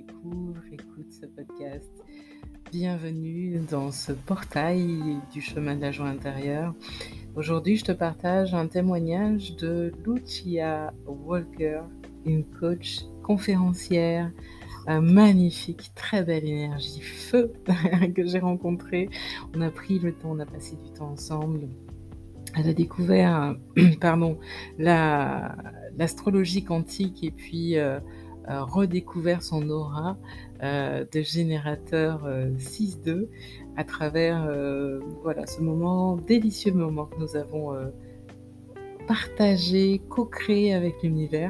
écoute ce podcast. Bienvenue dans ce portail du chemin de la joie intérieure. Aujourd'hui, je te partage un témoignage de Lucia Walker, une coach conférencière magnifique, très belle énergie, feu que j'ai rencontrée. On a pris le temps, on a passé du temps ensemble. Elle a découvert l'astrologie quantique et puis redécouvert son aura de générateur 6-2 à travers ce délicieux moment que nous avons partagé, co-créé avec l'univers.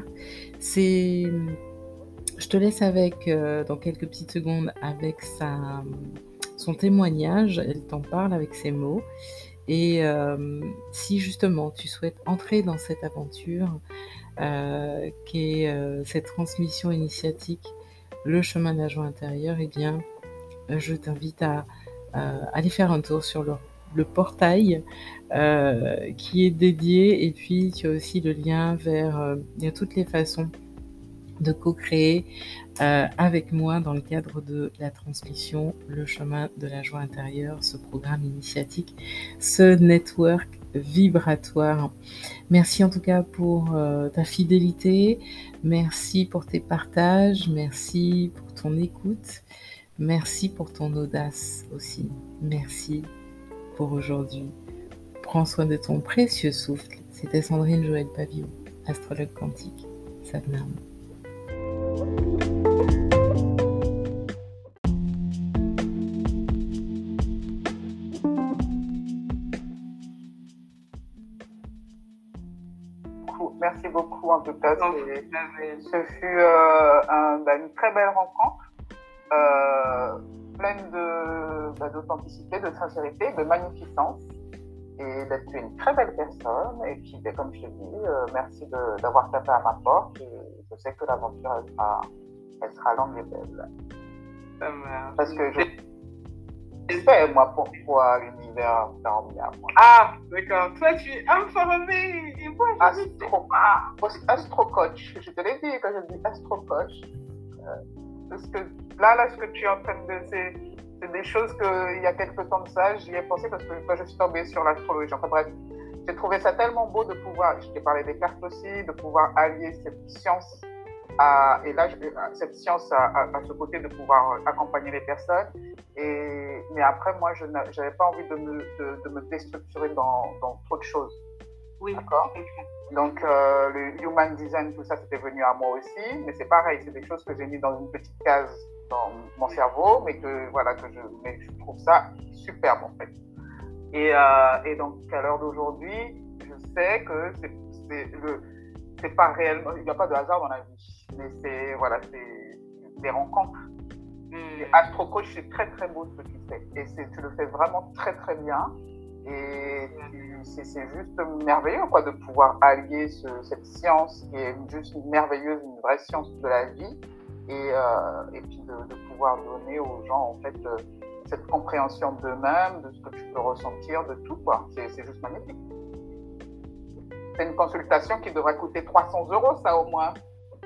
Je te laisse avec, dans quelques petites secondes, avec son témoignage. Elle t'en parle avec ses mots. Et si justement tu souhaites entrer dans cette aventure qui est cette transmission initiatique, le chemin de la joie intérieure, eh bien, je t'invite à aller faire un tour sur le portail qui est dédié, et puis tu as aussi le lien vers il y a toutes les façons de co-créer avec moi dans le cadre de la transmission, le chemin de la joie intérieure, ce programme initiatique, ce network vibratoire. Merci en tout cas pour ta fidélité, merci pour tes partages, merci pour ton écoute, merci pour ton audace aussi, merci pour aujourd'hui. Prends soin de ton précieux souffle. C'était Sandrine Joël Pavillon, astrologue quantique. Satnam. Merci beaucoup en tout cas. Ce fut une très belle rencontre, pleine d'authenticité, de sincérité, de magnificence, et d'être une très belle personne. Et puis, comme je te dis, merci d'avoir tapé à ma porte. Et je sais que l'aventure elle sera longue et belle. Parce que je sais, moi, pourquoi l'univers t'a emmené à moi. Ah, d'accord. Toi, tu es informé. Et moi, Astro-coach. Je te l'ai dit quand je dis astro-coach. Parce que là, ce que tu es en train de... C'est des choses qu'il y a quelques temps de ça, j'y ai pensé parce que quand je suis tombée sur l'astrologie. Enfin bref, j'ai trouvé ça tellement beau de pouvoir... Je t'ai parlé des cartes aussi, de pouvoir allier cette science cette science à ce côté de pouvoir accompagner les personnes. Mais après, moi, je n'avais pas envie de me déstructurer dans trop de choses. Oui. D'accord. Donc, le human design, tout ça, c'était venu à moi aussi. Mais c'est pareil, c'est des choses que j'ai mis dans une petite case dans mon cerveau, mais je trouve ça superbe, en fait. Et donc, à l'heure d'aujourd'hui, je sais que c'est pas réellement, il n'y a pas de hasard dans la vie, mais c'est des rencontres. Astro coach, c'est très très beau ce que tu fais, et tu le fais vraiment très très bien, et c'est juste merveilleux de pouvoir allier cette science qui est juste merveilleuse, une vraie science de la vie, et puis de pouvoir donner aux gens en fait cette compréhension d'eux-mêmes, de ce que tu peux ressentir, de tout c'est juste magnifique. C'est une consultation qui devrait coûter 300 €, ça au moins.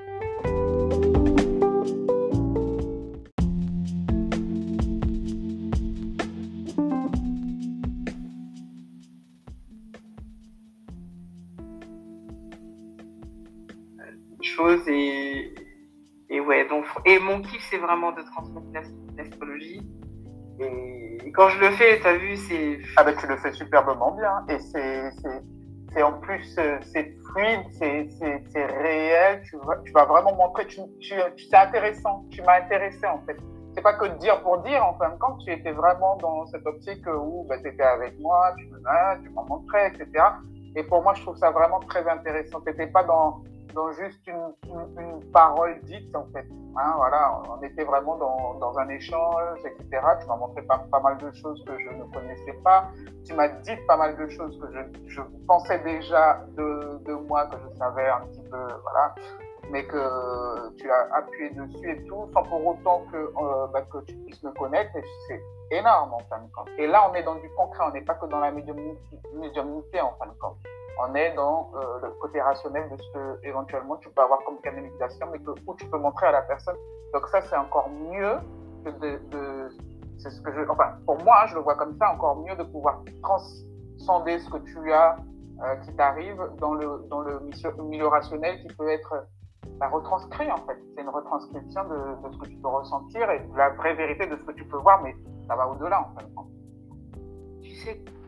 Chose et ouais, donc, et mon kiff, c'est vraiment de transmettre l'astrologie. Et quand je le fais, t'as vu, c'est... Ah ben, tu le fais superbement bien. Et c'est en plus, c'est fluide, c'est réel. Tu vas vraiment montrer, c'est intéressant. Tu m'as intéressé, en fait. C'est pas que dire pour dire, en fin de compte, tu étais vraiment dans cette optique où tu étais avec moi, tu m'en montrais, etc. Et pour moi, je trouve ça vraiment très intéressant. Tu n'étais pas dans juste une parole dite, en fait. Voilà, on était vraiment dans un échange, etc. Tu m'as montré pas mal de choses que je ne connaissais pas. Tu m'as dit pas mal de choses que je pensais déjà de moi, que je savais un petit peu, voilà, mais que tu as appuyé dessus et tout, sans pour autant que tu puisses me connaître. Et c'est énorme, en fin de compte. Et là, on est dans du concret, on n'est pas que dans la médiumnité, en fin de compte. On est dans le côté rationnel de ce que éventuellement tu peux avoir comme canalisation, mais où tu peux montrer à la personne Donc ça, c'est encore mieux que c'est ce que enfin, pour moi, je le vois comme ça, encore mieux de pouvoir transcender ce que tu as, qui t'arrive dans le milieu rationnel qui peut être retranscrit en fait. C'est une retranscription de ce que tu peux ressentir et la vraie vérité de ce que tu peux voir, mais ça va au-delà en fait. Tu sais,